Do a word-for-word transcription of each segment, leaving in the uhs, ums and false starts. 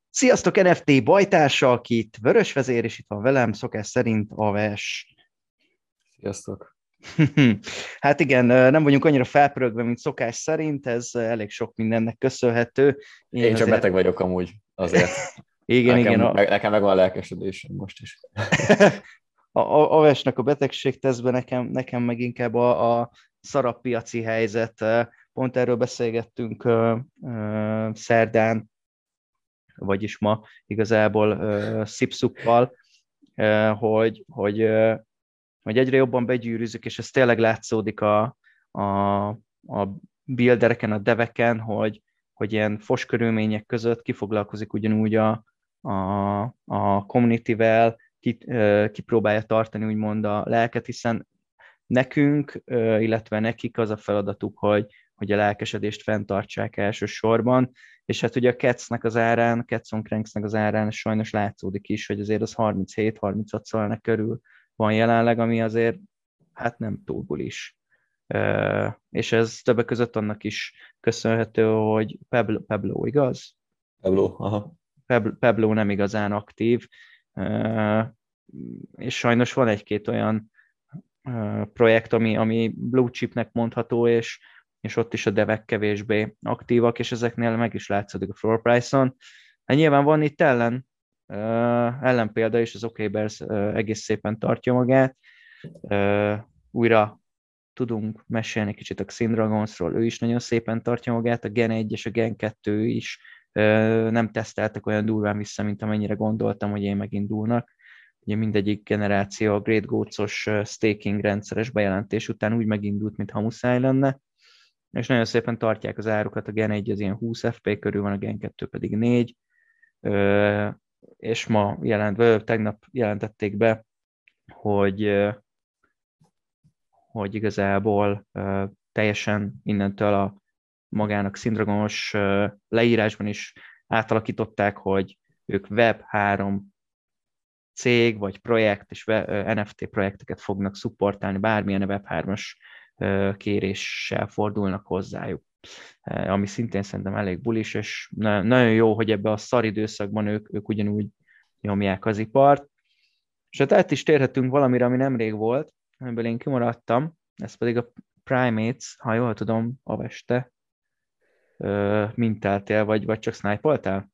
Sziasztok, en ef té bajtársak, itt Vörös Vezér, és itt van velem, szokás szerint Aves. Sziasztok! Hát igen, nem vagyunk annyira felpörögve, mint szokás szerint, ez elég sok mindennek köszönhető. Én Én csak azért... beteg vagyok amúgy, azért. Igen, Nekem, igen, a... meg, nekem megvan a lelkesedésem most is. a, a Avesnak a betegségtesztben, nekem, nekem meg inkább a, a szarabb piaci helyzet. Pont erről beszélgettünk uh, uh, szerdán, vagyis ma igazából uh, Szipszuppal, uh, hogy, hogy, uh, hogy egyre jobban begyűrűzzük, és ez tényleg látszódik a, a, a buildereken, a deveken, hogy, hogy ilyen fos körülmények között kifoglalkozik ugyanúgy a, a, a community-vel, ki, uh, kipróbálja tartani úgymond a lelket, hiszen nekünk, uh, illetve nekik az a feladatuk, hogy, hogy a lelkesedést fenntartsák elsősorban, és hát ugye a Cats-nek az árán, Cats on Cranks-nek az árán sajnos látszódik is, hogy azért az harminchét harminchat szalnak körül van jelenleg, ami azért hát nem túl bulis. Uh, és ez többek között annak is köszönhető, hogy Pablo, Pablo igaz? Pablo, aha. Pablo, Pablo nem igazán aktív, uh, és sajnos van egy-két olyan uh, projekt, ami, ami blue chipnek mondható, és és ott is a devek kevésbé aktívak, és ezeknél meg is látszódik a floor price-on. Hát nyilván van itt ellen, uh, ellenpélda is, az OK Bears uh, egész szépen tartja magát. Uh, újra tudunk mesélni kicsit a Xindragonsról, ő is nagyon szépen tartja magát, a Gen egy és a Gen kettő is uh, nem teszteltek olyan durván vissza, mint amennyire gondoltam, hogy én megindulnak. Ugye mindegyik generáció a Great Goats-os staking rendszeres bejelentés után úgy megindult, mintha muszáj lenne, és nagyon szépen tartják az árukat, a Gen egy az ilyen húsz ef pé körül van, a Gen kettő pedig négy, és ma jelent, tegnap jelentették be, hogy, hogy igazából teljesen innentől a magának Syndragonos leírásban is átalakították, hogy ők web három cég vagy projekt és en ef té projekteket fognak szupportálni, bármilyen web hármas kéréssel fordulnak hozzájuk, ami szintén szerintem elég bulis, és nagyon jó, hogy ebbe a szar időszakban ők, ők ugyanúgy nyomják az ipart. És hát át is térhetünk valamire, ami nemrég volt, amiből én kimaradtam, ez pedig a Primates, ha jól tudom, Aveste, mintáltél, vagy, vagy csak snipe-oltál?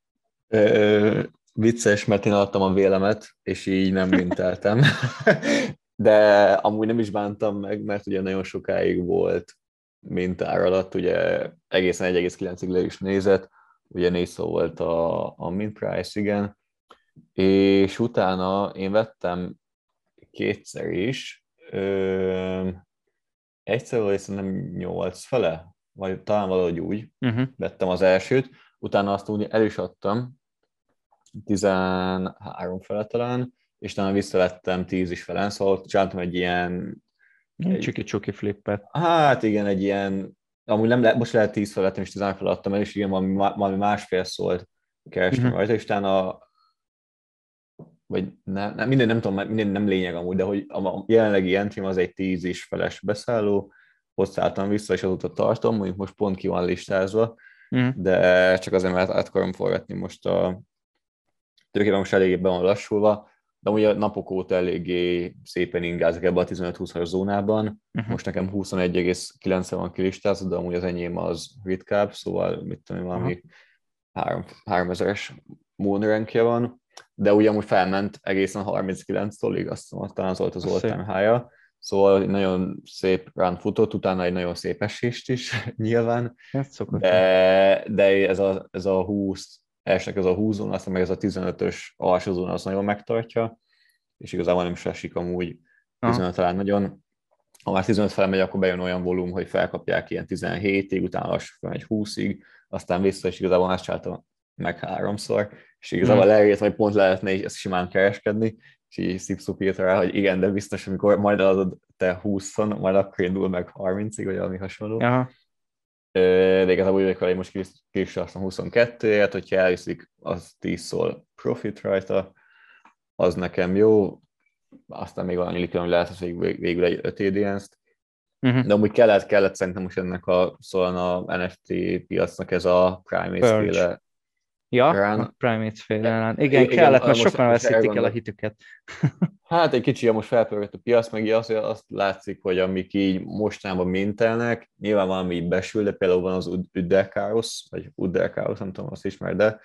Vicces, mert én adtam a vélemet, és így nem minteltem. De amúgy nem is bántam meg, mert ugye nagyon sokáig volt mintár alatt, ugye egészen egy egész kilencig le is nézett, ugye négy szó volt a, a mint price, igen, és utána én vettem kétszer is, ö, egyszer volt szerintem nyolc fele, vagy talán valahogy úgy uh-huh. vettem az elsőt, utána azt úgy el is adtam, tizenhárom fele talán, és utána visszavettem tíz is felen, szóval csináltam egy ilyen... Csiki-csuki flippet. Hát igen, egy ilyen, amúgy nem le, most lehet tíz felettem, és tizenhárom fel adtam el, és igen, valami, valami másfél szólt kerestem uh-huh. rajta, és utána vagy nem, nem, minden nem tudom, minden nem lényeg amúgy, de hogy a jelenlegi entrim az egy tíz is feles beszálló, hozzáálltam vissza, és azóta tartom, mondjuk most pont ki van listázva, uh-huh. de csak azért, mert át akarom forgatni most a tőkében most eléggé be van lassulva, de ugye napok óta eléggé szépen ingázok ebbe a tizenöt-húszas zónában. Uh-huh. Most nekem huszonegy egész kilenc van kilistázva, de amúgy az enyém az ritkább, szóval mit tudom, valami uh-huh. háromezeres moonrankje van, de ugye amúgy felment egészen harminckilenc-ig, azt mondom, talán az volt az all-time high-ja, szóval nagyon szép run futott, utána egy nagyon szép esést is nyilván, de, de ez, a, ez a húsz elsőnek ez a húsz zóna, aztán meg ez a tizenötös alsó zóna az nagyon megtartja, és igazából nem is esik amúgy tizenöt talán nagyon. Ha már tizenöt felmegy, akkor bejön olyan volum, hogy felkapják ilyen tizenhétig, utána lassan felmegy húszig, aztán vissza, és igazából ezt csináltam meg háromszor, és igazából hmm. leírtam, hogy pont lehetne ezt simán kereskedni, és így Szipszup írt rá, hogy igen, de biztos, amikor majd adod te húszon, majd akkor indul meg harmincig, vagy valami hasonló. Aha. De igazából úgy vagyok, hogy most kilistásztam huszonkettőért, hogyha elviszik, az tíz szól profit rajta, az nekem jó, aztán még valami likön, hogy lehet, hogy végül egy öt audience-t, uh-huh. de amúgy kellett, kellett szerintem most ennek a, szóval a en ef té piacnak ez a Primate-féle. Ja, a Run. Primates féle. Igen, Igen, kellett, mert most, sokan most veszítik el a elgondol. hitüket. Hát egy kicsi most felpörgött a piac, meg azt, azt látszik, hogy amik így mostanában mintelnek, nyilván valami így besül, de például van az Uderkárosz, vagy Uderkárosz, nem tudom, azt ismer, de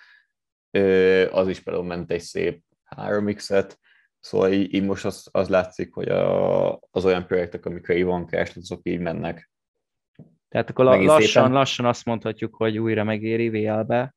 az is például ment egy szép három x-et, szóval így, így most az, az látszik, hogy a, az olyan projektek, amikre így van cash, azok így mennek. Tehát akkor Megint lassan, szépen. lassan azt mondhatjuk, hogy újra megéri vé el-be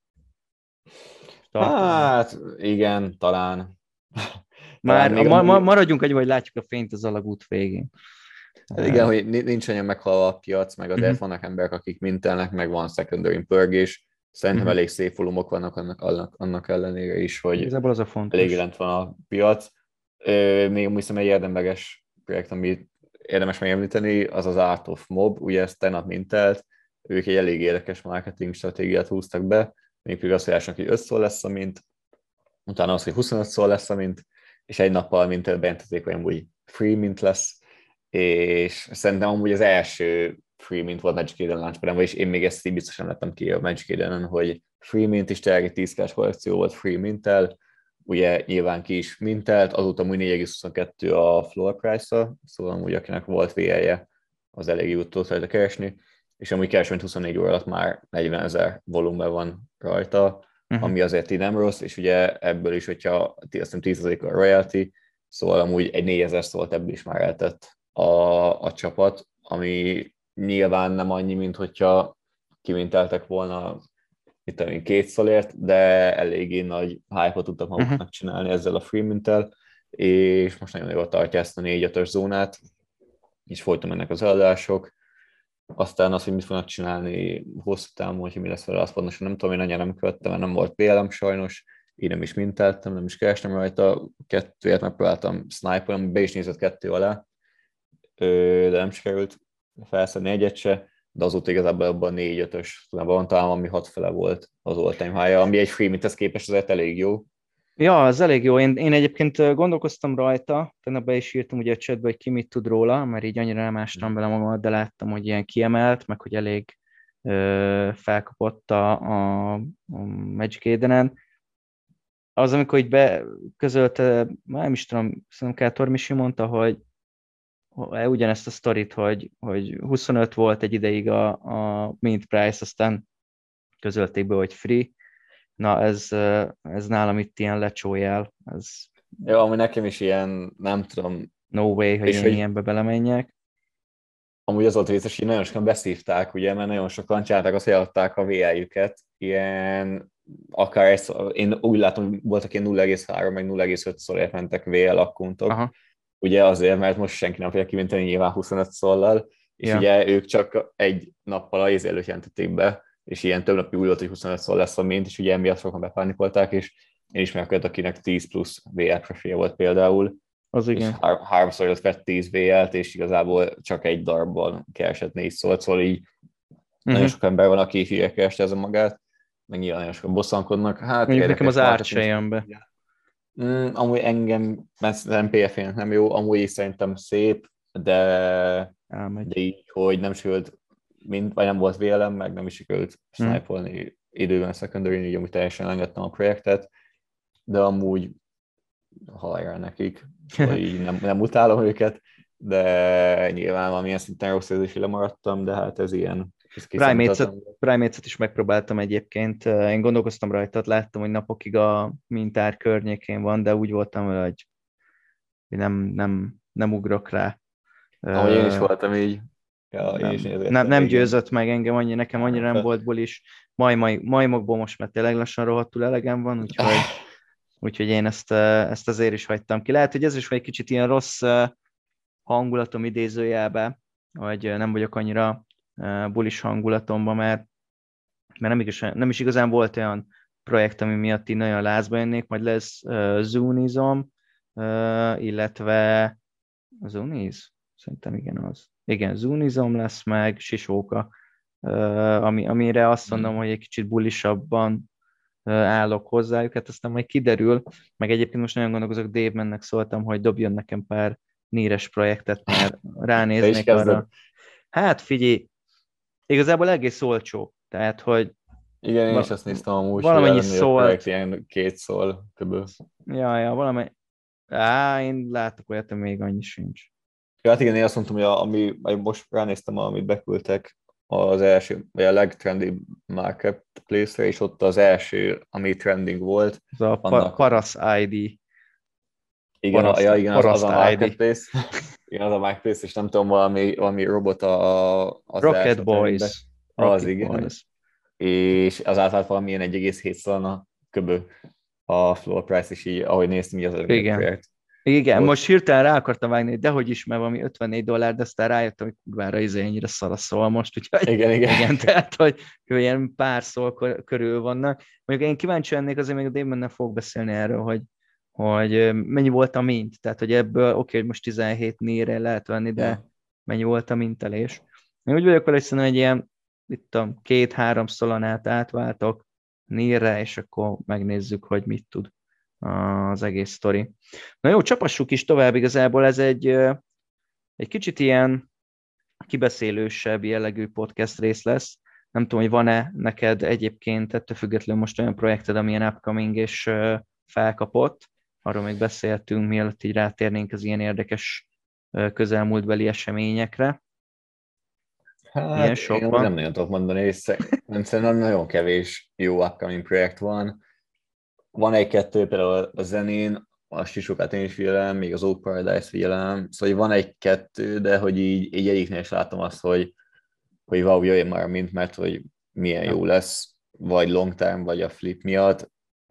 tartani. Hát igen, talán. Talán Már még ma, ma, amúgy, maradjunk annyi, hogy látjuk a fényt az alagút végén. hát igen, hogy nincs olyan meghalva a piac, meg azért Uh-huh. vannak emberek, akik mintelnek, meg van secondary pörgés. Szerintem Uh-huh. elég szép volumok vannak annak, annak, annak ellenére is, hogy Igazából az a elég fontos. lent van a piac. Még úgy hiszem egy érdemleges projekt, amit érdemes megemlíteni, az az Art of Mob, ugye ezt tegnap mintelt, ők egy elég érdekes marketing stratégiát húztak be, mégpedig azt mondják, hogy öt szó lesz a mint, utána az, hogy huszonöt szó lesz a mint, és egy nappal mint bejelentették, hogy amúgy free mint lesz, és szerintem amúgy az első free mint volt Magic Eden launchpadon, vagyis én még ezt így biztosan lettem ki a Magic Edenen, hogy free mint is, tényleg egy tíz kás kollekció volt free mintel, ugye nyilván ki is mintelt, azóta amúgy négy egész huszonkettő a floor price-a, szóval amúgy akinek volt vé el-je, az elég jó tudott rajta keresni, és amúgy kereső, huszonnégy óra alatt már negyven ezer volumen van rajta, Uh-huh. ami azért így nem rossz, és ugye ebből is, hogyha azt hiszem tíz százalék a royalty, szóval amúgy egy négyezer szólt ebből is már eltett a, a csapat, ami nyilván nem annyi, mint hogyha kiminteltek volna itt a két szalért, de eléggé nagy hype-ot tudtak maguknak Uh-huh. csinálni ezzel a free mintel, és most nagyon jól tartja ezt a négy-ötös zónát, és folyton mennek az eladások. Aztán az, hogy mit fognak csinálni hosszú távon, hogy mi lesz vele, azt pontosan nem tudom, én annyira nem követtem, mert nem volt pé el em sajnos, így nem is minteltem, nem is kerestem rajta, kettőért megpróbáltam sniper, be is nézett kettő alá, de nem sikerült felszedni egyet se, de azóta igazából abban négy-ötös van talán, ami hat fele volt az all-time high, ami egy free minthez képest azért elég jó. Ja, az elég jó. Én, én egyébként gondolkoztam rajta, tegnap be is írtam ugye a chatbe, hogy ki mit tud róla, mert így annyira nem ástam bele magamat, de láttam, hogy ilyen kiemelt, meg hogy elég ö, felkapott a, a, a Magic Edenen. Az, amikor így beközölte, nem is tudom, szerintem Tormisi mondta, hogy ugyanezt a sztorit, hogy, hogy huszonöt volt egy ideig a, a mint price, aztán közölték be, hogy free. Na, ez, ez nálam itt ilyen lecsójel. Ez Jó, ami nekem is ilyen, nem tudom. no way, hogy És én hogy ilyenbe belemenjek. amúgy az volt részes, hogy nagyon sokan beszívták, ugye, mert nagyon sokan csinálták azt, hogy eladták a vé el-jüket, ilyen akár ez, én úgy látom, hogy voltak ilyen nulla egész három, meg nulla egész öt szorért mentek vé el akkuntok. Aha, Ugye azért, mert most senki nem fogja kivinteni nyilván huszonöt szollal, és ja. ugye ők csak egy nappal a izé előtt jelentették be, és ilyen több napig úgy volt, hogy huszonöt szól lesz a mint, és ugye emiatt sokan bepánikolták, és én ismerek olyat, akinek tíz plusz vé el profilja volt például, Az és igen. hár- háromszor jött vett tíz vé el-t, és igazából csak egy darabban keresett négy szólt, szóval így Uh-huh. nagyon sok ember van, aki hülye kereste ez a magát, meg nyilván nagyon sokan bosszankodnak. Hát Mondjuk nekem az érdekes árt se marketing. jön be. Mm, amúgy engem, mert szerintem pé ef-ének nem jó, amúgy is szerintem szép, de, Elmegy. de így, hogy nem sikerült, mint, vagy nem volt vé el-em, meg nem is sikerült Mhm. snipe-olni időben a secondary, így amúgy teljesen engedtem a projektet, de amúgy hajrá nekik, szóval így nem, nem utálom őket, de nyilván valamilyen szinten rossz érzési lemaradtam, de hát ez ilyen, ez Primates-et, kiszámíthatatlan. Primates-et is megpróbáltam egyébként. Én gondolkoztam rajta, láttam, hogy napokig a mintár környékén van, de úgy voltam vele, hogy nem, nem, nem ugrok rá. Ahogy én is Ö, voltam így, ja, én is nem, nem, nézegettem nem végén. győzött meg engem, annyi, nekem annyira nem volt bulis. Maj, maj, majmokból most már tényleg lassan rohadtul elegem van, úgyhogy, úgyhogy én ezt, ezt azért is hagytam ki. Lehet, hogy ez is egy kicsit ilyen rossz hangulatom idézőjelbe, vagy nem vagyok annyira bulis hangulatomban, mert, mert nem, igazán, nem is igazán volt olyan projekt, ami miatt így nagyon lázba jönnék, majd lesz uh, Zoonizom, uh, illetve Zooniz? Szerintem igen az. Igen, Zoonizom lesz meg, Sisóka, uh, ami, amire azt mondom, hogy egy kicsit bulisabban uh, állok hozzájuk, hát aztán majd kiderül, meg egyébként most nagyon gondolkozok, Dave mennek szóltam, hogy dobjon nekem pár níres projektet, mert Te is ránéznék kezded? arra. Hát figyelj, igazából egész olcsó, tehát hogy Igen, én is Val- azt néztem amúgy, hogy a valamennyi legnagyobb projekt szólt. ilyen két szól kb. Ja, ja, valamennyi. Á, én látok olyat, hogy még annyi sincs. Ja, hát igen, én azt mondtam, hogy a, ami, most ránéztem, amit beküldtek, az első, vagy a legtrendibb marketplace-re, és ott az első, ami trending volt, Ez a pa- annak, Paras i dé. igen, a, Paraszt, ja, igen, az, az Paraszt a i dé. marketplace, igen, az a marketplace, és nem tudom, valami, valami robot a, az első Rocket a trendingbe, Boys. az Rocket igen, Boys. és az általában valamilyen egy egész hét szalna köbö a floor price, és így, ahogy néztem, így az a legnagyobb Igen. projekt. Igen, Ott, most hirtelen rá akartam vágni, hogy dehogy is, mert valami ötvennégy dollár, de aztán rájöttem, hogy kurvára izé ennyire szar szól most, úgyhogy igen, igen. igen, tehát, hogy ilyen pár szó körül vannak. Mondjuk én kíváncsi lennék, azért még a Damon nem fog beszélni erről, hogy, hogy mennyi volt a mint, tehát, hogy ebből, oké, hogy most tizenhét nére lehet venni, de Ja. mennyi volt a mintelés. Én úgy vagyok vele, hogy szerintem egy ilyen, itt tudom, két-három szolanát átváltok nírre, és akkor megnézzük, hogy mit tud az egész sztori. Na jó, csapassuk is tovább, igazából ez egy, egy kicsit ilyen kibeszélősebb jellegű podcast rész lesz. Nem tudom, hogy van-e neked egyébként ettől függetlenül most olyan projekted, amilyen upcoming és felkapott. Arról még beszéltünk, mielőtt így rátérnénk az ilyen érdekes közelmúltbeli eseményekre. Ilyen Hát én sok amúgy nem van. nagyon tudok mondani, és szerintem nagyon kevés jó upcoming projekt van. Van egy-kettő, például a zenén, azt is sokat én is figyelem, még az Oak Paradise figyelem, szóval van egy-kettő, de hogy így, így egyiknél is látom azt, hogy, hogy wow, jöjjön már mint, mert hogy milyen Ja. jó lesz, vagy long term, vagy a flip miatt,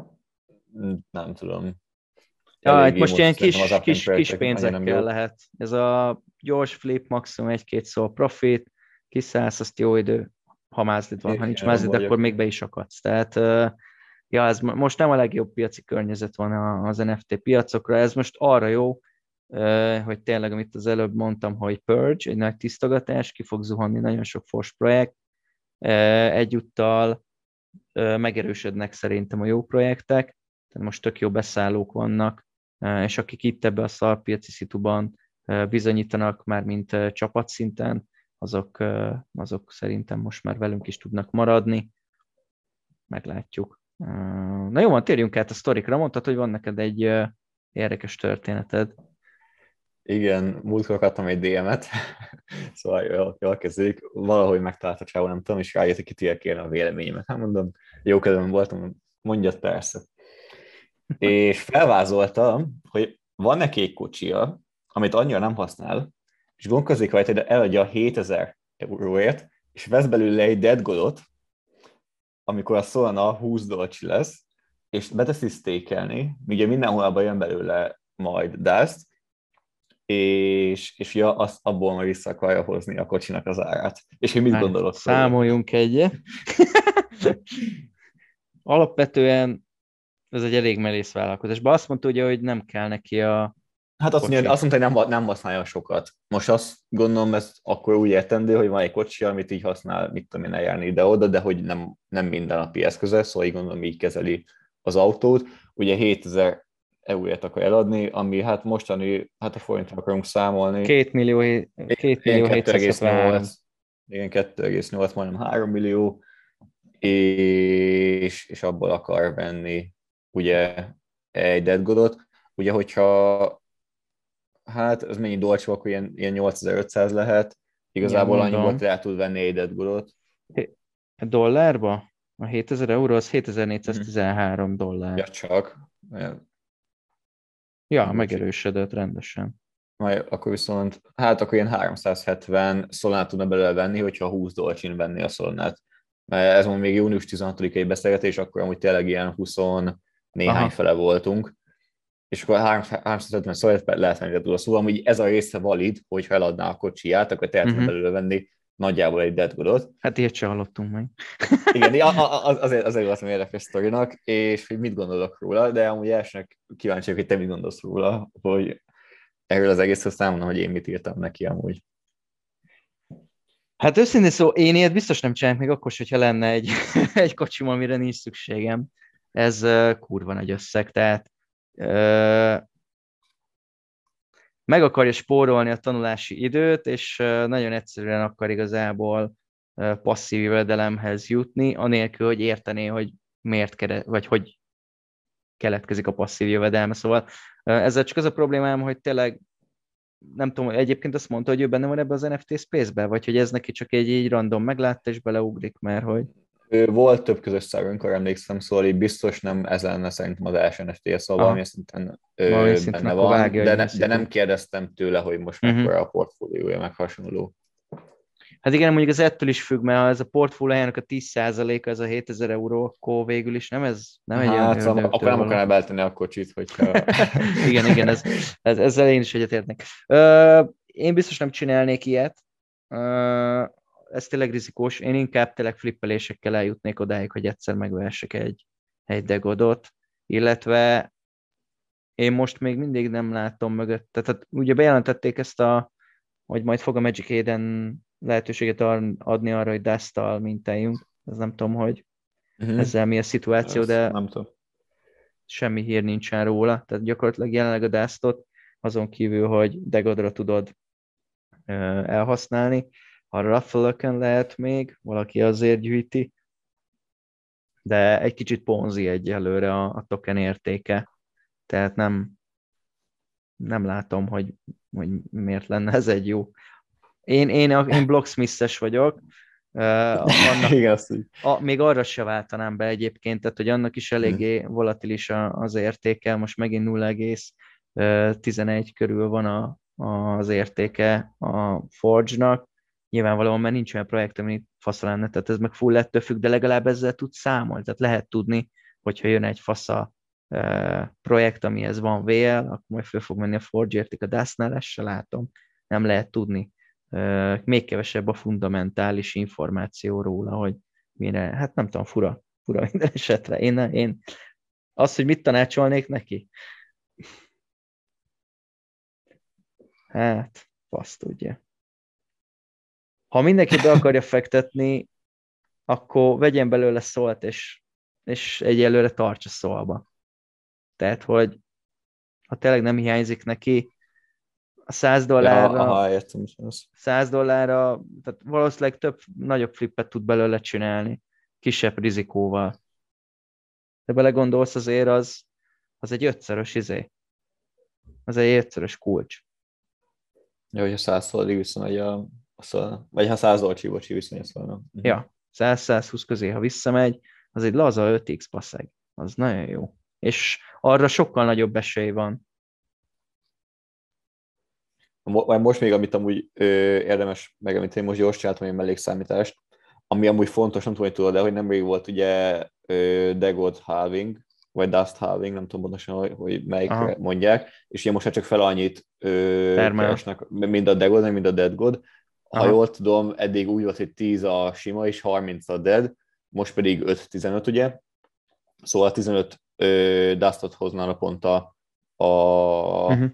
nem tudom. Ja, itt Eléggé most most ilyen szerintem az kis, upcoming kis, kis projektek annyira nem pénzekkel jók. lehet. Ez a gyors flip, maximum egy-két szó profit, kiszállsz, azt jó idő, ha mázlid van, ha nincs Igen, abban mázlid, akkor vagyok. még be is akadsz. Tehát, ja, ez most nem a legjobb piaci környezet van az en ef té piacokra, ez most arra jó, hogy tényleg, amit az előbb mondtam, hogy purge, egy nagy tisztogatás, ki fog zuhanni nagyon sok fors projekt, egyúttal megerősödnek szerintem a jó projektek, tehát most tök jó beszállók vannak, és akik itt ebbe a szarpiaci szituban bizonyítanak már, mint csapatszinten, azok, azok szerintem most már velünk is tudnak maradni. Meglátjuk. Na jó, van, térjünk át a sztorikra. Mondtad, hogy van neked egy érdekes történeted. Igen, múltkor kaptam egy dé em-et, szóval jól, jól kezdődik. Valahogy megtalálta csávó, nem tudom, és rájött, hogy kitűjek kérni a véleményemet. Hát mondom, jó kedvem voltam, mondjad persze. És felvázoltam, hogy van neki egy kocsia, amit annyira nem használ, és gondolkozik rajta, hogy eladja a hétezer euróért, és vesz belőle egy dead godot, amikor a Solana húsz dolcsi lesz, és beteszi stakelni, ugye minden hónapban jön belőle majd dust, és, és ja, azt abból majd vissza akarja hozni a kocsinak az árát. És én mit Hát, gondolok róla? számoljunk egyet. Alapvetően ez egy elég merész vállalkozás. Bár azt mondta ugye, hogy nem kell neki a Hát azt mondja, kocsi. azt mondta, hogy nem, nem használja sokat. Most azt gondolom, ezt akkor úgy értendő, hogy van egy kocsi, amit így használ, mit tudom én, eljárni ide-oda, de hogy nem, nem mindennapi eszköze, szóval így gondolom, így kezeli az autót. Ugye hétezer euróért akar eladni, ami hát mostani, hát a forintra akarunk számolni. Két millió, két Ilyen millió kettő egész hétszázhetvenhárom. nyolc, igen, kettő egész nyolc, majdnem három millió, és, és abból akar venni ugye egy dead godot. Ugye, hogyha hát ez mennyi dolcsó, akkor ilyen, ilyen nyolcezer-ötszáz lehet. Igen, Igazából annyiból mondom. el tud venni egy dead godot. A dollárba? A hétezer euró az Mhm. hétezer-négyszáztizenhárom Ja, dollár. csak. Ja, Bocsi. megerősödött rendesen. Majd akkor viszont, hát akkor ilyen háromszázhetven szolnát tudna belőle venni, hogyha húsz dolcsin venni a szolnát. Mert ez mondjuk még június tizenhatodikai beszélgetés, akkor amúgy tényleg ilyen húsz néhány Aha. fele voltunk. És akkor háromszázhetven szolnát lehet venni belőle. Szóval amúgy ez a része valid, hogyha eladná a kocsiját, akkor tehetne Uh-huh. belőle venni nagyjából egy dead godot. Hát ilyet se hallottunk meg. Igen, az, azért, azért voltam érdekes sztorinak, és hogy mit gondolok róla, de amúgy elsőnek kíváncsi vagyok, hogy te mit gondolsz róla, hogy erről az egészről számolom, hogy én mit írtam neki amúgy. Hát őszintén szó, én ilyet biztos nem csinálok, még akkor, hogyha lenne egy, egy kocsim, amire nincs szükségem. Ez uh, kurva nagy összeg, tehát uh, meg akarja spórolni a tanulási időt, és uh, nagyon egyszerűen akar igazából passzív jövedelemhez jutni, anélkül, hogy értené, hogy miért kere, vagy hogy keletkezik a passzív jövedelme. Szóval ezzel csak az a problémám, hogy tényleg nem tudom, egyébként azt mondta, hogy ő benne van ebbe az en ef té space-be, vagy hogy ez neki csak egy így random meglátta, és beleugrik, mert hogy... Ő volt több közös szárunk, arra emlékszem, szóval így biztos nem ez lenne szerintem az első en ef té, szóval valami szinten valami ö, szinten benne akkor van, vágja, de, hogy ne, mi de nem kérdeztem tőle, hogy most uh-huh. mekkora a portfóliója, meg hasonló. Hát igen, mondjuk ez ettől is függ, mert ha ez a portfóliójának a tíz százaléka, ez a hétezer euró, akkor végül is nem ez, nem egy olyan Hát szóval akkor nem való. akarnál beltenni a kocsit, hogyha... igen, igen, ez, ez, ezzel én is egyetértnek. Ö, én biztos nem csinálnék ilyet, Ö, ez tényleg rizikós, én inkább tényleg flippelésekkel eljutnék odáig, hogy egyszer megvehessek egy, egy degodot, illetve én most még mindig nem látom mögött, tehát ugye bejelentették ezt a, hogy majd fog a Magic Eden lehetőséget adni arra, hogy Dust-tal mintáljunk. Ez nem tudom, hogy uh-huh. ezzel mi a szituáció, Ezt de nem tudom. semmi hír nincsen róla. Tehát gyakorlatilag jelenleg a Dust-ot azon kívül, hogy degodra tudod elhasználni. A Ruffle-ökön lehet még, valaki azért gyűjti, de egy kicsit ponzi egyelőre a, a token értéke. Tehát nem, nem látom, hogy, hogy miért lenne ez egy jó. Én, én, én Blocksmith-es vagyok, uh, annak, Igen, a, még arra se váltanám be egyébként, tehát hogy annak is eléggé volatilis az értéke, most megint nulla egész tizenegy körül van a, az értéke a Forge-nak, nyilvánvalóan már nincs olyan projekt, ami fasza lenne, tehát ez meg full ettől függ, de legalább ezzel tud számolni, tehát lehet tudni, hogyha jön egy fasza projekt, amihez van vé el, akkor majd föl fog menni a Forge érték, a Dust-nál ezt se látom, nem lehet tudni. Még kevesebb a fundamentális információ róla, hogy mire, hát nem tudom, fura, fura minden esetre. Én, én azt, hogy mit tanácsolnék neki? Hát, fasz tudja. Ha mindenki be akarja fektetni, akkor vegyen belőle szólt, és, és egyelőre tartsa szólba. Tehát, hogy ha tényleg nem hiányzik neki, a száz dollárra, ja, aha, értem, száz dollárra, tehát valószínűleg több, nagyobb flippet tud belőle csinálni, kisebb rizikóval. De belegondolsz azért, az, az egy ötszörös izé. Az egy ötszörös kulcs. Ja, hogyha száz dollarig visszamegy a, a szolna. Vagy ha száz dollár csíbocsi visszamegy a szolna. Uh-huh. Ja, száz-százhúsz közé, ha visszamegy, az egy laza öt x passzeg. Az nagyon jó. És arra sokkal nagyobb esély van. Most még, amit amúgy ö, érdemes megemlíteni, most gyors csináltam egy mellékszámítást, ami amúgy fontos, nem tudom, hogy tudod, de hogy nemrég volt ugye ö, Degod halving, vagy Dust halving, nem tudom pontosan, hogy, hogy melyikre Aha. mondják, és ugye most már csak fel annyit ö, keresnek, mind a Degod, mind a Deadgod. Ha Aha. jól tudom, eddig úgy volt, hogy tíz a sima és harminc a Dead, most pedig öt tizenöt, ugye? Szóval tizenöt ö, Dustot hozna naponta a, uh-huh.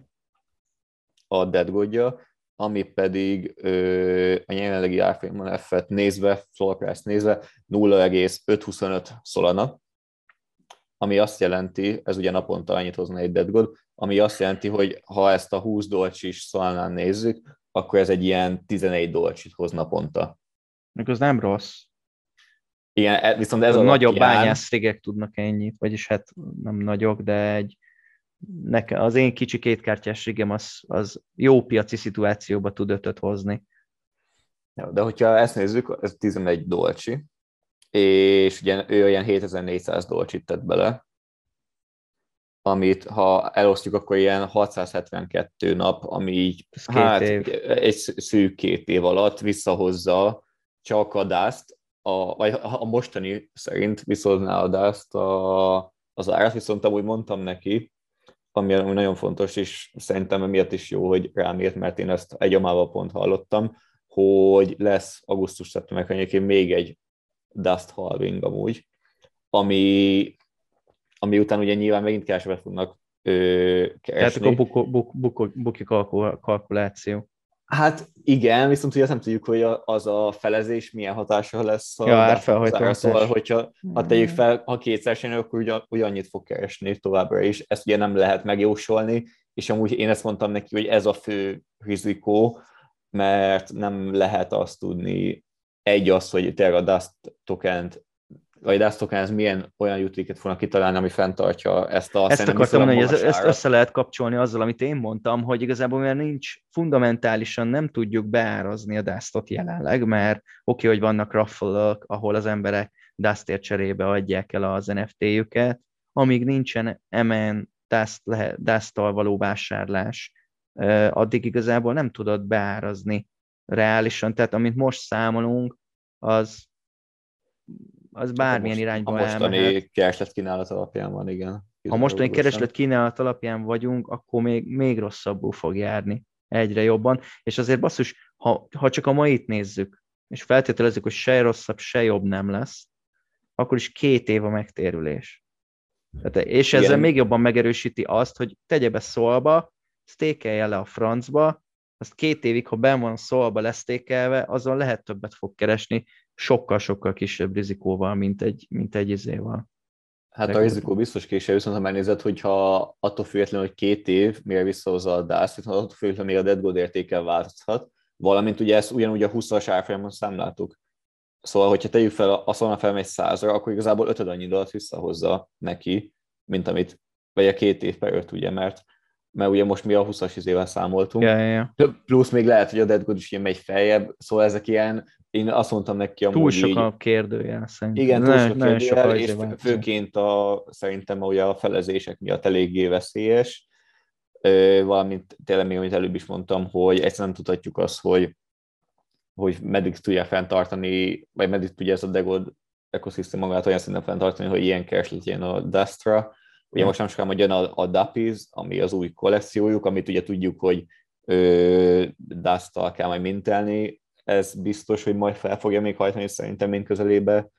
a Deadgodja, ami pedig ö, a jelenlegi árfolyamon F-et nézve, floor price nézve nulla egész ötszázhuszonöt Solana, ami azt jelenti, ez ugye naponta annyit hozna egy Deadgod, ami azt jelenti, hogy ha ezt a húsz dolcsis Solanán nézzük, akkor ez egy ilyen tizenegy dolcsit hoz naponta. Még az nem rossz. Igen, viszont ez a alapján... Nagyobb bányászrigek tudnak ennyit, vagyis hát nem nagyok, de egy nekem, az én kicsi kétkártyás rigem az, az jó piaci szituációba tud ötöt hozni. Ja, de hogyha ezt nézzük, ez tizenegy dolcsi, és ugye ő olyan hétezer-négyszáz dolcsit tett bele, amit ha elosztjuk, akkor ilyen hatszázhetvenkettő nap, ami így hát, egy szűk két év alatt visszahozza csak a dust, a, vagy a mostani szerint visszahozná a dust a, az árat, viszont amúgy mondtam neki, ami nagyon fontos, és szerintem emiatt is jó, hogy rám írt, mert én ezt egy amával pont hallottam, hogy lesz augusztus-szeptember környékén még egy dust halving amúgy, ami, ami után ugye nyilván megint kevesebbet fognak ö, keresni. Tehát akkor buki buk, buk, buki kalkul, kalkuláció. Hát igen, viszont ugye nem tudjuk, hogy az a felezés milyen hatása lesz a ja, árfelhajtás. Szóval, hogyha ha tegyük fel, ha kétszeresen, akkor ugyan, ugyannyit fog keresni továbbra is. Ezt ugye nem lehet megjósolni, és amúgy én ezt mondtam neki, hogy ez a fő rizikó, mert nem lehet azt tudni egy az, hogy tényleg a Dust tokent, vagy Dust tokenhez milyen olyan jutéket fognak kitalálni, ami fenntartja ezt a Ezt akartam mondani, hogy ezt árat. össze lehet kapcsolni azzal, amit én mondtam, hogy igazából mert nincs, fundamentálisan nem tudjuk beárazni a Dustot jelenleg, mert oké, okay, hogy vannak raffle-ök, ahol az emberek Dustért cserébe adják el az en ef té-jüket, amíg nincsen em en Dust, Dust-tal való vásárlás, addig igazából nem tudod beárazni reálisan, tehát amit most számolunk, az az bármilyen most, irányba elmehet. A mostani kereslet kínálat alapján van, igen. Ha mostani kereslet kínálat alapján vagyunk, akkor még, még rosszabbul fog járni egyre jobban, és azért basszus, ha, ha csak a mait nézzük, és feltételezzük, hogy se rosszabb, se jobb nem lesz, akkor is két év a megtérülés. Tehát, és ezzel igen. Még jobban megerősíti azt, hogy tegye be szolba, stékelje le a francba, azt két évig, ha benn van szolba lesztékelve, azon lehet többet fog keresni, sokkal-sokkal kisebb rizikóval, mint egy, mint egy izéval. Hát a rizikó biztos később, viszont ha megnézed, hogyha attól függetlenül, hogy két év, mire visszahozza a dá es, viszont attól függetlenül még a dead gold értékkel változhat, valamint ugye ezt ugyanúgy a húszas árfolyamon számláltuk. Szóval, hogyha tegyük fel, a Solana felmegy százra, akkor igazából ötöd annyi dollart visszahozza neki, mint amit, vagy a két év per öt, ugye, mert mert ugye most mi a húszas izével számoltunk. Ja, ja, ja. Plusz még lehet, hogy a dead gold is ilyen megy feljebb, szóval ezek ilyen, én azt mondtam neki amúgy túl sok így, a kérdőjel szerintem. igen, túl sok ne, kérdőjel, és főként a, szerintem ugye a felezések miatt eléggé veszélyes, valamint tényleg még, amit előbb is mondtam, hogy egyszerűen nem tudhatjuk azt, hogy, hogy meddig tudja fenntartani, vagy meddig tudja ez a dead gold ökoszisztém magát olyan szinten fenntartani, hogy ilyen kereslet ilyen a Dustra. Ugye most nem sokan, hogy jön a, a Dappies, ami az új kollekciójuk, amit ugye tudjuk, hogy Dust-tal kell majd mintelni. Ez biztos, hogy majd fel fogja még hajtani szerintem mind közelébe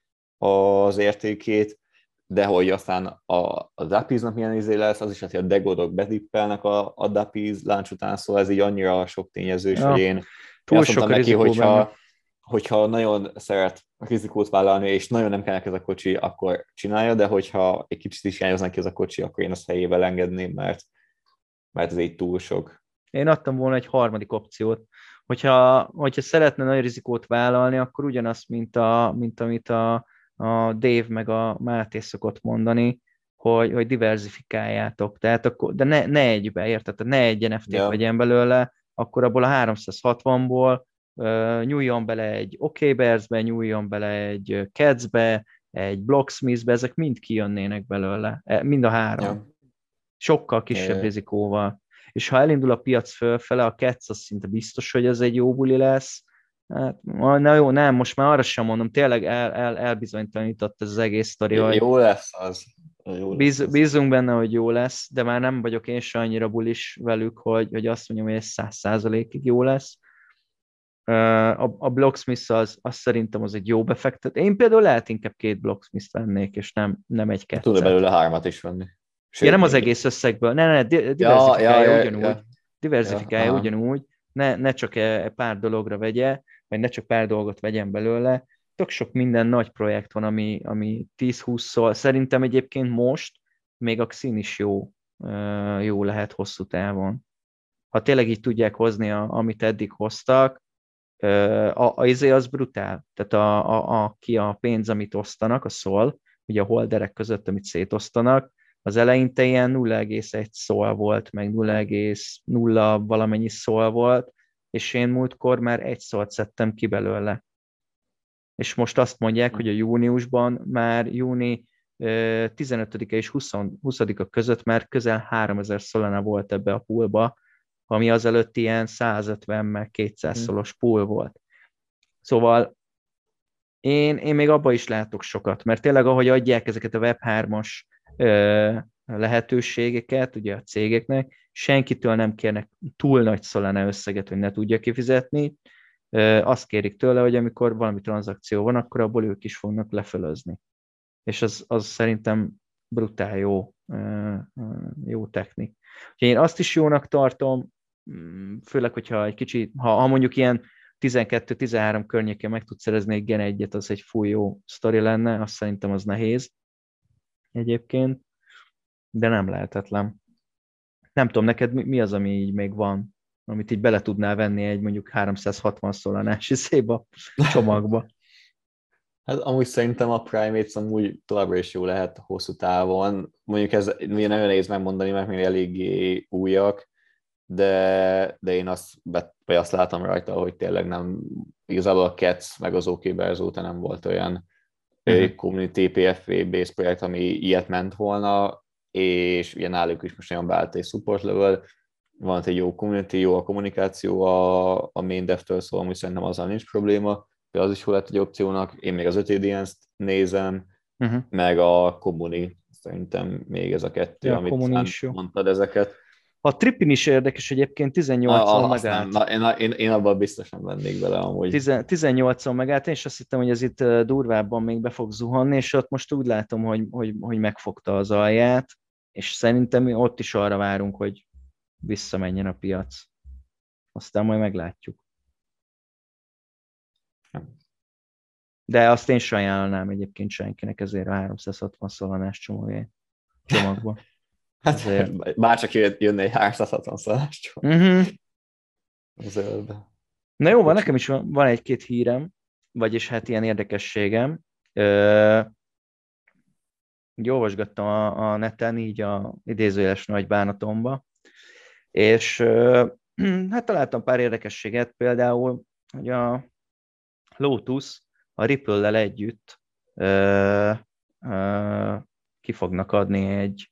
az értékét, de hogy aztán a, a Dappies-nak milyen izé lesz, az is, hogy a degodok betippelnek a, a Dappies láncs után, szóval ez így annyira sok tényezős, ja. Hogy én, én azt mondtam neki, hogyha, hogyha nagyon szeret rizikót vállalni, és nagyon nem kellene ez a kocsi, akkor csinálja, de hogyha egy kicsit is hiányoznak ki ez a kocsi, akkor én azt helyével engedném, mert, mert ez így túl sok. Én adtam volna egy harmadik opciót. Hogyha, hogyha szeretne nagy rizikót vállalni, akkor ugyanazt, mint, a, mint amit a, a Dave meg a Máté szokott mondani, hogy, hogy diversifikáljátok. Tehát akkor, de ne, ne egybe, érted? Tehát ne egy en ef té-t ja. vegyen belőle, akkor abból a háromszázhatvanból Uh, nyúljon bele egy OK Bears-be, nyúljon bele egy Cats-be, egy Blocksmith-be, ezek mind kijönnének belőle, mind a három. Ja. Sokkal kisebb ja. rizikóval. És ha elindul a piac fölfele, a Cats az szinte biztos, hogy ez egy jó buli lesz. Hát, na jó, nem, most már arra sem mondom, tényleg el, el, elbizonytalanított ez az egész sztori. Jó, jó lesz az. Jó Bíz, lesz. Bízunk benne, hogy jó lesz, de már nem vagyok én se annyira bulis velük, hogy, hogy azt mondjam, hogy ez száz százalékig jó lesz. A, a Blocksmith az, az szerintem az egy jó befektet. Én például lehet inkább két Blocksmith-t vennék, és nem, nem egy kettőt. Tudod belőle hármat is venni. Sőt, ja, nem az egész összegből. Ne, ne, diversifikálja ja, ja, ugyanúgy. Ja. Diversifikálja ja, ugyanúgy. Ne, ne csak egy pár dologra vegye, vagy ne csak pár dolgot vegyen belőle. Tök sok minden nagy projekt van, ami, ami tíz-húszszor. Szerintem egyébként most még a Xin is jó, jó lehet hosszú távon. Ha tényleg így tudják hozni, a, amit eddig hoztak, A, a izé az brutál, tehát a, a, a, ki a pénz, amit osztanak, a szól, ugye a holderek között, amit szétosztanak, az eleinte ilyen nulla egész egy szól volt, meg nulla egész nulla valamennyi szól volt, és én múltkor már egy szólt szedtem ki belőle. És most azt mondják, hogy a júniusban már júni tizenötödike és huszadika között már közel háromezer Solana volt ebbe a poolba, ami azelőtt ilyen százötven meg kétszáz szolos pool volt. Szóval én, én még abba is látok sokat, mert tényleg ahogy adják ezeket a web hármas ö, lehetőségeket ugye a cégeknek, senkitől nem kérnek túl nagy Solana összeget, hogy ne tudja kifizetni, ö, azt kérik tőle, hogy amikor valami tranzakció van, akkor abból ők is fognak lefölözni. És az, az szerintem brutál jó, ö, jó technik. Úgyhogy én azt is jónak tartom, főleg, hogyha egy kicsi, ha, ha mondjuk ilyen tizenkettő-tizenhárom környéken meg tudsz szerezni egy gen egyet, az egy full jó sztori lenne, azt szerintem az nehéz egyébként, de nem lehetetlen. Nem tudom, neked mi az, ami így még van, amit így bele tudnál venni egy mondjuk háromszázhatvan szólanás iszéba, csomagba? Hát amúgy szerintem a Primates amúgy továbbra is jó lehet hosszú távon. Mondjuk ez ugye nagyon nehéz megmondani, mert még eléggé újak, de, de én azt, vagy azt látom rajta, hogy tényleg nem, igazából a Cats meg az OK Bears óta nem volt olyan uh-huh. community pé ef vé-based projekt, ami ilyet ment volna, és ugye náluk is most nagyon beállt egy support level, van egy jó community, jó a kommunikáció a, a main dev-től, szóval amúgy szerintem azzal nincs probléma, de az is jó lett egy opciónak. Én még az öt dé en-t nézem, uh-huh. meg a Comuni, szerintem még ez a kettő, ja, amit mondtad ezeket. A Trippin is érdekes, egyébként tizennyolcon megállt. Na, én, én, én abban biztosan vennék bele amúgy. tizennyolcon megállt, én is azt hittem, hogy ez itt durvábban még be fog zuhanni, és ott most úgy látom, hogy, hogy, hogy megfogta az alját, és szerintem ott is arra várunk, hogy visszamenjen a piac. Aztán majd meglátjuk. De azt én sem ajánlanám egyébként senkinek ezért a háromszázhatvan szalonás csomagban. Hát bárcsak jönne egy háromszázhatvan szalonás csomag. Uh-huh. Zöldbe. Na jó, van, nekem is van, van egy-két hírem, vagyis hát ilyen érdekességem. Ö, így olvasgattam a, a neten, így a idézőjeles nagy bánatomba, és ö, hát találtam pár érdekességet, például, hogy a Lotus a Ripple-lel együtt ö, ö, ki fognak adni egy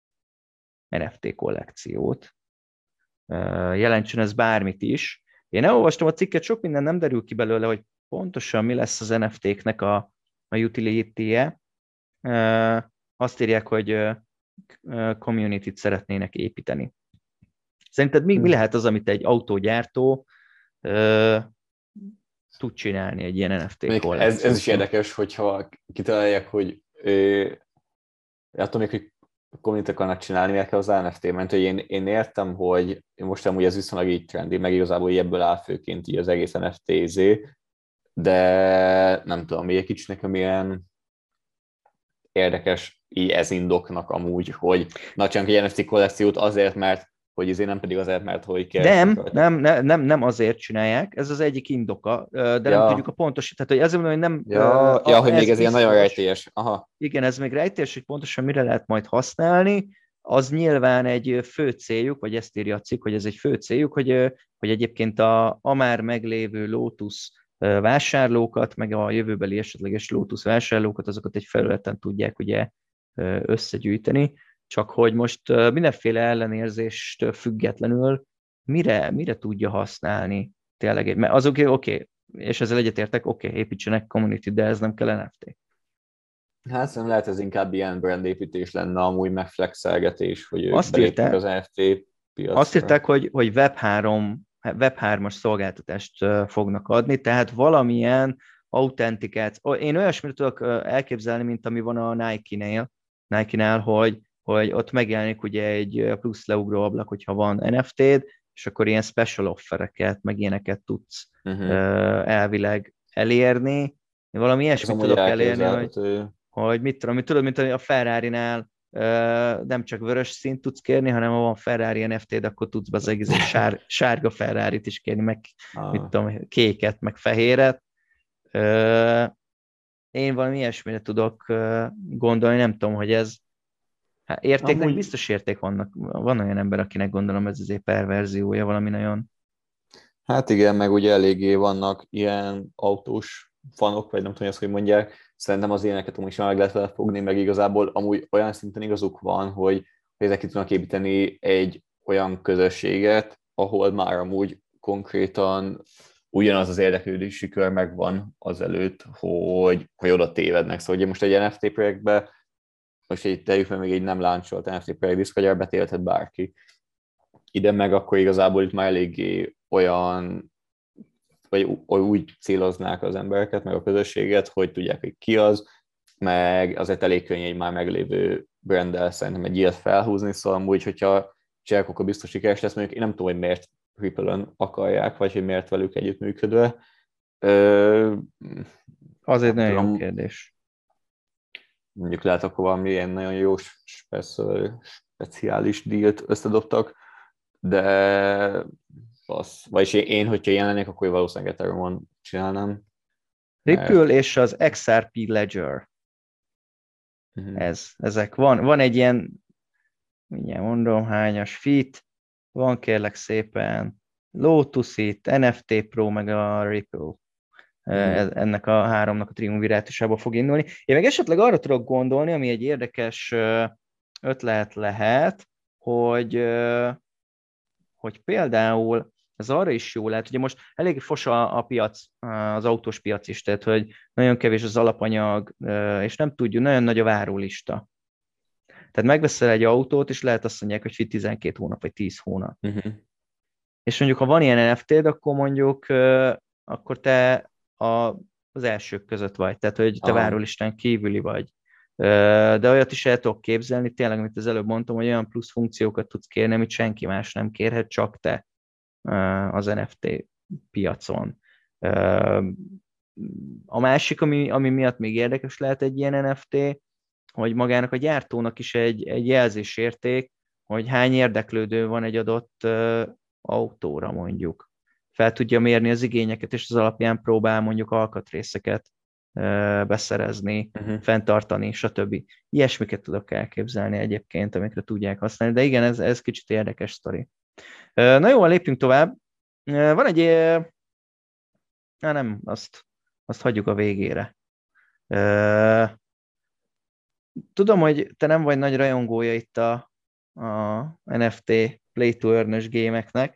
en ef té kollekciót. Ö, jelentsen ez bármit is. Én elolvastam a cikket, sok minden nem derül ki belőle, hogy pontosan mi lesz az en ef té-knek a, a utility-je. Ö, azt írják, hogy ö, community-t szeretnének építeni. Szerinted mi, mi lehet az, amit egy autógyártó ö, tud csinálni egy ilyen en ef té kollekciót? Ez, ez is érdekes, hogyha kitalálják, hogy ö, attól még, hogy community akarnak csinálni, miért kell az en ef té, mert hogy én, én értem, hogy most amúgy ez viszonylag így trendi, meg igazából ebből áll főként így az egész en ef té-zé, de nem tudom, egy kicsit nekem ilyen érdekes így ez indoknak amúgy, hogy na csak egy en ef té kollekciót azért, mert hogy ezért nem pedig azért, mert hogy kell. Nem, nem, nem, nem azért csinálják, ez az egyik indoka, de ja. nem tudjuk a pontos, tehát hogy azért mondom, hogy nem... Ja, uh, ja hogy még ez ilyen nagyon rejtélyes. Aha. Igen, ez még rejtélyes, hogy pontosan mire lehet majd használni, az nyilván egy fő céljuk, vagy ezt írja a cikk, hogy ez egy fő céljuk, hogy, hogy egyébként a, a már meglévő Lotus vásárlókat, meg a jövőbeli esetleges Lotus vásárlókat, azokat egy felületen tudják ugye összegyűjteni, csak hogy most mindenféle ellenérzéstől függetlenül mire, mire tudja használni tényleg, mert azok oké, okay, és ezzel egyetértek, oké, okay, építsenek community, de ez nem kell en ef té. Hát szerintem lehet ez inkább ilyen brandépítés lenne, amúgy megflexelgetés, hogy ők belépnek az en ef té piacra. Azt írták, hogy, hogy web három, web hármas szolgáltatást fognak adni, tehát valamilyen autentikáció. Én olyasmit tudok elképzelni, mint ami van a Nike-nél, Nike-nál, hogy hogy ott megjelenik ugye egy plusz leugró ablak, hogyha van en ef té-d, és akkor ilyen special offereket, meg ilyeneket tudsz uh-huh. elvileg elérni. Valami ilyesmit tudok elérni, hogy, hogy mit tudom, mit tudod, mint a Ferrari-nál nem csak vörös színt tudsz kérni, hanem ha van Ferrari en ef té-d, akkor tudsz be az egész sár, sárga Ferrarit is kérni, meg ah. mit tudom, kéket, meg fehéret. Én valami ilyesmire tudok gondolni, nem tudom, hogy ez hát értéknek amúgy... biztos érték vannak. Van olyan ember, akinek gondolom ez azért perverziója, valami nagyon... Hát igen, meg ugye eléggé vannak ilyen autós fanok, vagy nem tudom, azt, hogy mondják. Szerintem az ilyeneket amúgy sem meg lehet vele fogni, meg igazából amúgy olyan szinten igazuk van, hogy ezek ki tudnak építeni egy olyan közösséget, ahol már amúgy konkrétan ugyanaz az érdeklődési kör megvan azelőtt, hogy, hogy oda tévednek. Szóval ugye most egy en ef té projektben most egy tegyük meg még egy nem láncsolt en ef té projekt diszkanyar betélhet bárki. Ide meg akkor igazából itt már eléggé olyan, vagy úgy céloznák az embereket, meg a közösséget, hogy tudják, hogy ki az, meg azért elég könnyű egy már meglévő branddel szerintem egy ilyet felhúzni, szóval amúgy, hogyha csinálják, akkor biztos sikeres lesz, mondjuk én nem tudom, hogy miért Ripple-ön akarják, vagy hogy miért velük együttműködve. Ö, az egy nagyon jó kérdés. Mondjuk lehet, akkor valami ilyen nagyon jó speciális dílt összedobtak, de az, vagyis én, hogyha ilyen lennék, akkor valószínűleg Ethereum-on csinálnám. Ripple és az iksz er pé Ledger. Uh-huh. Ez, ezek van. Van egy ilyen, mindjárt mondom, hányas fit, van kérlek szépen Lotus itt, en ef té Pro, meg a Ripple. Uh-huh. Ennek a háromnak a triumvirátusából fog indulni. Én meg esetleg arra tudok gondolni, ami egy érdekes ötlet lehet, hogy, hogy például ez arra is jó lehet, ugye most elég fos a, a piac, az autós piac is, tehát hogy nagyon kevés az alapanyag, és nem tudjuk, nagyon nagy a várólista. Tehát megveszel egy autót, és lehet azt mondják, hogy tizenkét hónap, vagy tíz hónap. Uh-huh. És mondjuk, ha van ilyen en ef té-d, akkor mondjuk, akkor te a, az elsők között vagy, tehát hogy te várólistán kívüli vagy. De olyat is el tudok képzelni, tényleg, amit az előbb mondtam, hogy olyan plusz funkciókat tudsz kérni, amit senki más nem kérhet, csak te az en ef té piacon. A másik, ami, ami miatt még érdekes lehet egy ilyen en ef té, hogy magának a gyártónak is egy, egy jelzésérték, hogy hány érdeklődő van egy adott autóra mondjuk. Fel tudja mérni az igényeket, és az alapján próbál mondjuk alkatrészeket beszerezni, uh-huh. fenntartani, stb. Ilyesmiket tudok elképzelni egyébként, amikre tudják használni, de igen, ez, ez kicsit érdekes sztori. Na jó, lépjünk tovább. Van egy... Na nem, azt, azt hagyjuk a végére. Tudom, hogy te nem vagy nagy rajongója itt a, a en ef té play-to-earn-ös gémeknek.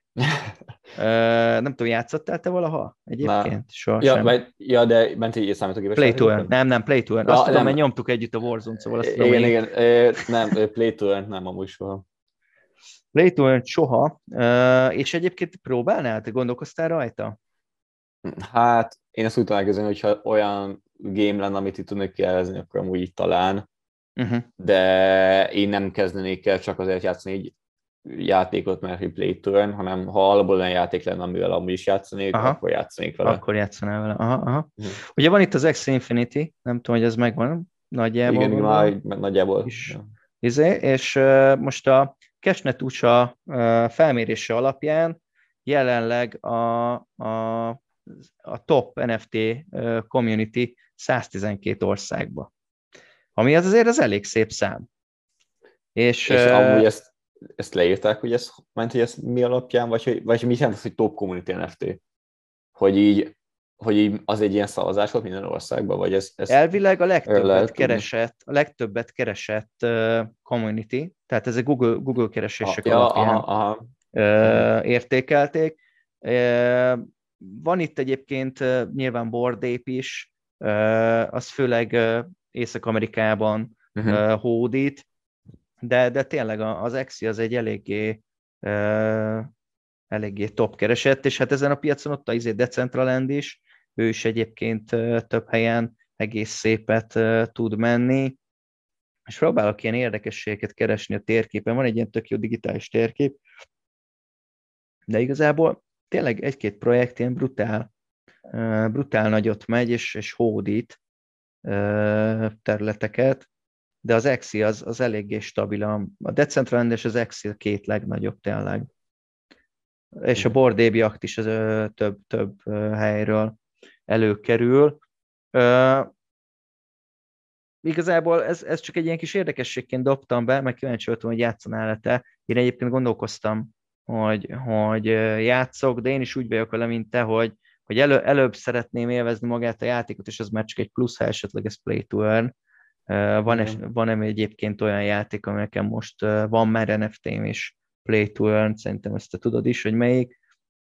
Uh, nem tudom, játszottál te valaha egyébként? Soha ja, sem. Vagy, ja, de ment egy számítógépes Play-to-earn. Nem, nem, Play-to-earn. Azt ja, tudom, nem. mert nyomtuk együtt a Warzone, szóval azt tudom, igen, hogy... igen, nem, Play-to-earn nem amúgy soha. Play-to-earn soha, uh, és egyébként próbálnál? Te gondolkoztál rajta? Hát, én ezt úgy tudom elkezdeni, hogyha olyan game lenne, amit itt tudnék kielezni, akkor amúgy így talán. Uh-huh. De én nem kezdenék el csak azért játszani egy játékot, mert hogy play-to-earn, hanem ha alapból olyan játék lenne, amivel amúgy is játszanék, aha. akkor játszanék vele. Akkor játszanál vele. Aha, aha. Uh-huh. Ugye van itt az Axie Infinity, nem tudom, hogy ez megvan nagyjából. Igen, már nagyjából. Is, ja. izé, és uh, most a Cashnet u es á uh, felmérése alapján jelenleg a, a, a top en ef té uh, community száztizenkét országba. Ami az azért az elég szép szám. És, és uh, amúgy ezt, ezt leírták, hogy ez, ment, hogy ez mi alapján, vagy, vagy, vagy mit jelent az, hogy top community en ef té? Hogy így, hogy így az egy ilyen szavazás volt minden országban, vagy ez... ez elvileg a legtöbbet keresett, a legtöbbet keresett uh, community, tehát ez egy Google, Google keresések ah, alapján ja, aha, aha. Uh, értékelték. Uh, van itt egyébként uh, nyilván Bored Ape is, uh, az főleg uh, Észak-Amerikában uh-huh. uh, hódít, de, de tényleg az Axie az egy eléggé, uh, eléggé top keresett, és hát ezen a piacon ott a izé Decentraland is, ő is egyébként uh, több helyen egész szépet uh, tud menni, és próbálok ilyen érdekességeket keresni a térképen, van egy ilyen tök jó digitális térkép, de igazából tényleg egy-két projekt ilyen brutál, uh, brutál nagyot megy, és, és hódít uh, területeket, de az Axie az, az eléggé stabilan. A Decentraland és az Axie a két legnagyobb tényleg. És a Bored Ape Yacht is az, ö, több, több ö, helyről előkerül. Ö, igazából ez, ez csak egy ilyen kis érdekességként dobtam be, meg kíváncsi voltam, hogy játszanál te. Én egyébként gondolkoztam, hogy, hogy játszok, de én is úgy vagyok vele, mint te, hogy, hogy elő, előbb szeretném élvezni magát a játékot, és az már csak egy plusz, ha esetleg ez play to earn. Van, es, van egyébként olyan játék, ami nekem most van már en ef té-m is, play to earn, szerintem ezt te tudod is, hogy melyik,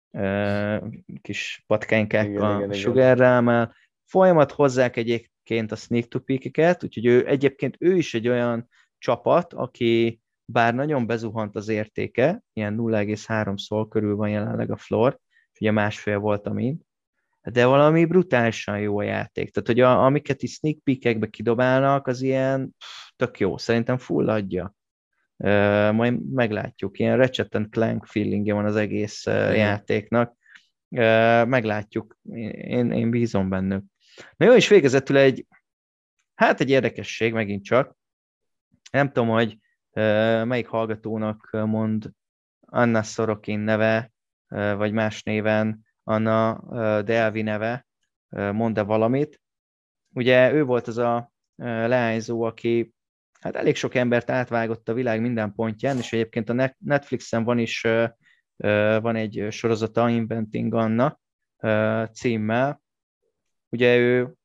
kis patkánykákkal sugárrámmal. Folyamat hozzák egyébként a sneak to peek-eket, úgyhogy ő, egyébként ő is egy olyan csapat, aki bár nagyon bezuhant az értéke, ilyen nulla egész három szól körül van jelenleg a floor, és ugye másfél volt a mint, de valami brutálisan jó a játék. Tehát, hogy a, amiket is sneak peek-ekbe kidobálnak, az ilyen pff, tök jó. Szerintem full adja. Uh, majd meglátjuk. Ilyen Ratchet and Clank feelingje van az egész uh, mm. játéknak. Uh, meglátjuk. Én, én bízom bennük. Na jó, és végezetül egy, hát egy érdekesség megint csak. Nem tudom, hogy uh, melyik hallgatónak mond Anna Sorokin neve, uh, vagy más néven Anna uh, Delvi neve, mond-e valamit. Ugye ő volt az a leányzó, aki hát elég sok embert átvágott a világ minden pontján, és egyébként a Netflixen van is van egy sorozata, Inventing Anna címmel. Ugye ő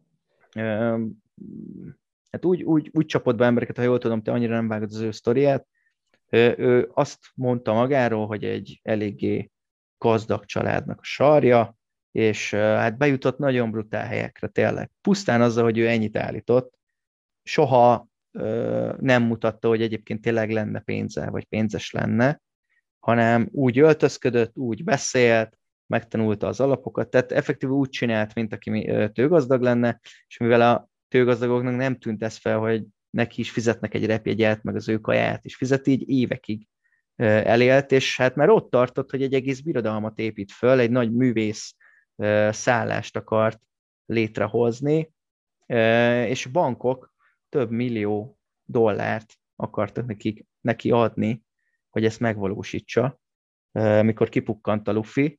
hát úgy, úgy, úgy csapott be embereket, ha jól tudom, te annyira nem vágod az ő sztoriát. Ő azt mondta magáról, hogy egy eléggé gazdag családnak a sarja, és hát bejutott nagyon brutál helyekre tényleg. Pusztán azzal, hogy ő ennyit állított, soha nem mutatta, hogy egyébként tényleg lenne pénze, vagy pénzes lenne, hanem úgy öltözködött, úgy beszélt, megtanulta az alapokat, tehát effektív úgy csinált, mint aki tőgazdag lenne, és mivel a tőgazdagoknak nem tűnt ez fel, hogy neki is fizetnek egy repjegyet, meg az ő kaját is fizet, így évekig elélt, és hát már ott tartott, hogy egy egész birodalmat épít föl, egy nagy művész szállást akart létrehozni, és bankok több millió dollárt akartak nekik, neki adni, hogy ezt megvalósítsa, mikor kipukkant a Luffy.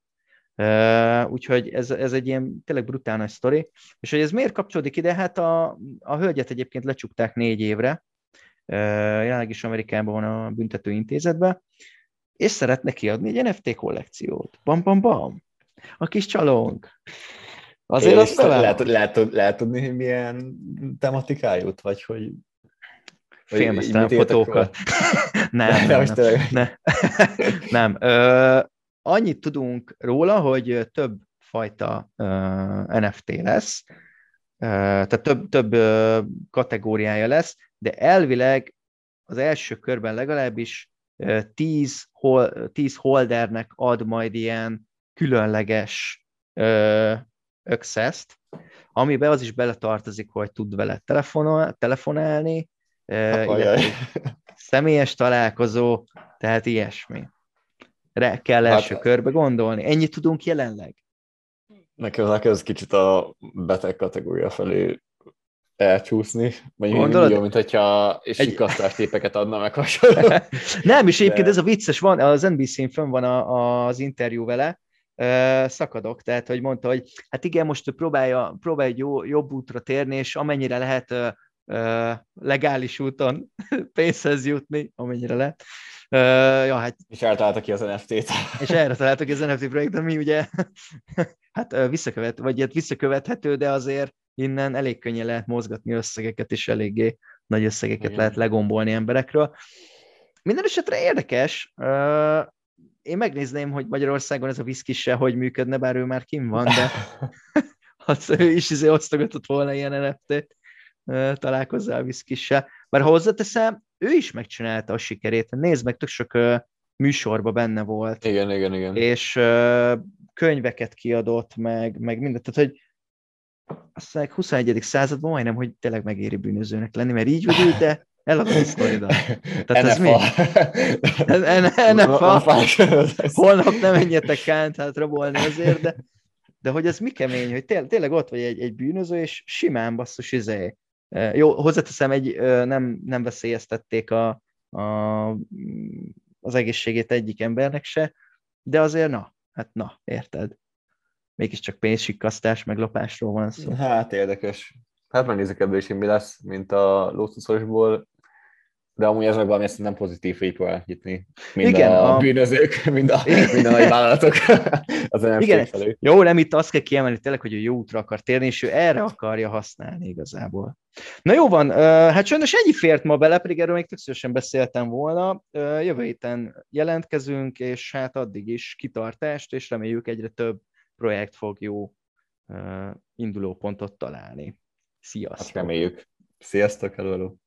Úgyhogy ez, ez egy ilyen tényleg brutál nagy sztori. És hogy ez miért kapcsolódik ide? Hát a, a hölgyet egyébként lecsukták négy évre, jelenleg is Amerikában van a büntetőintézetben, és szeretne kiadni egy en ef té kollekciót. Bam, bam, bam. A kis csalónk. Azért azt lehet, lehet, lehet tudni, hogy milyen tematikájút, vagy hogy... Filmesztelen fotókat. nem, nem, nem. Nem. nem. Ö, annyit tudunk róla, hogy több fajta ö, en ef té lesz, ö, tehát több, több ö, kategóriája lesz, de elvileg az első körben legalábbis ö, tíz, hol, tíz holdernek ad majd ilyen különleges ö, access-t, amiben az is beletartozik, hogy tud vele telefonál, telefonálni, uh, illetve személyes találkozó, tehát ilyesmi. Re kell első hát, körbe gondolni. Ennyit tudunk jelenleg? Nekem, nekem ez kicsit a beteg kategória felé elcsúszni, vagy Gondolod? Jó, mint hogyha sikasztástépeket adna meg hasonló. Nem, és egyébként De... ez a vicces, van, az en bé cén fönn van a, a, az interjú vele, Uh, szakadok, tehát hogy mondta, hogy hát igen, most próbálja, próbálja jó, jobb útra térni, és amennyire lehet uh, uh, legális úton pénzhez jutni, amennyire lehet. Uh, ja, hát, és erre találta ki az en ef té-t. És erre találtak ki az en ef té projekt, ami ugye hát uh, visszakövet, vagy hát visszakövethető, de azért innen elég könnyen lehet mozgatni összegeket, és eléggé nagy összegeket igen. lehet legombolni emberekről. Minden esetre érdekes, uh, én megnézném, hogy Magyarországon ez a viszkisse hogy működne, bár ő már kim van, de az ő is izé osztogatott volna ilyen en ef té-t, találkozzál a viszkisse. Bár ha hozzáteszem, ő is megcsinálta a sikerét. Nézd meg, tök sok műsorba benne volt. Igen, igen, igen. És könyveket kiadott, meg, meg mindent. Tehát, hogy azt mondják, huszonegyedik században majdnem, hogy tényleg megéri bűnözőnek lenni, mert így vagy úgy, de eladod a sztorida. Tehát ez mi? en ef á. Holnap nem menjetek kántát rabolni azért, de, de hogy ez mi kemény, hogy té- tényleg ott vagy egy, egy bűnöző, és simán basszus izé. Jó, hozzáteszem, egy, nem, nem veszélyeztették a, a, az egészségét egyik embernek se, de azért na, hát na, érted? Mégiscsak pénzsikkasztás, meg lopásról van szó. Hát érdekes. Hát megnézzük ebből is, mi lesz, mint a Lotusosból, de amúgy ez meg valami ezt nem pozitív fékvel nyitni. Mind igen, a, a bűnözők, mind a, mind a nagy vállalatok az en ef té igen, felé. Jó, nem itt azt kell kiemelni tényleg, hogy ő jó útra akar térni, és ő erre akarja használni igazából. Na jó van, hát sajnos ennyi fért ma bele, pedig erről még tök szívesen beszéltem volna. Jövő héten jelentkezünk, és hát addig is kitartást, és reméljük egyre több projekt fog jó indulópontot találni. Sziasztok! Hát reméljük. Sziasztok, hello, hello.